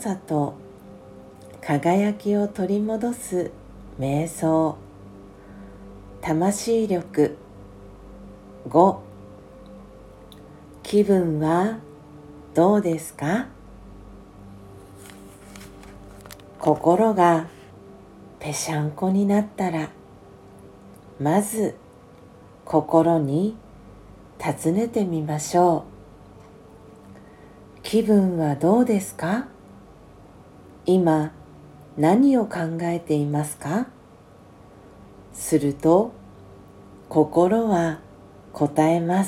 さと輝きを取り戻す瞑想。魂力5。気分はどうですか？心がぺしゃんこになったら、まず心に尋ねてみましょう。気分はどうですか？今何を考えていますか？すると心は答えます。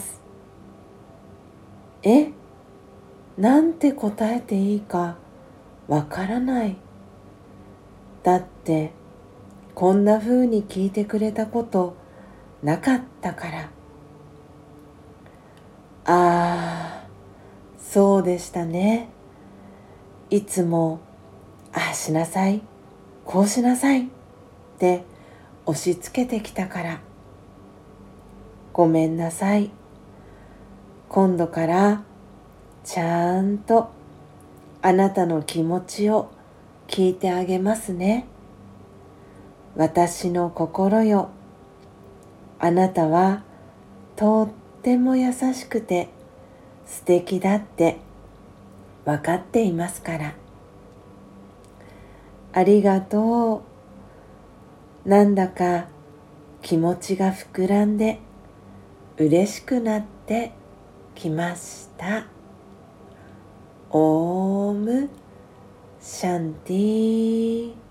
なんて答えていいかわからない。だってこんな風に聞いてくれたことなかったから。そうでしたね。いつもああしなさい、こうしなさいって押し付けてきたから。ごめんなさい。今度からちゃんとあなたの気持ちを聞いてあげますね。私の心よ、あなたはとっても優しくて素敵だって分かっていますから。ありがとう。なんだか気持ちが膨らんで嬉しくなってきました。オームシャンティー。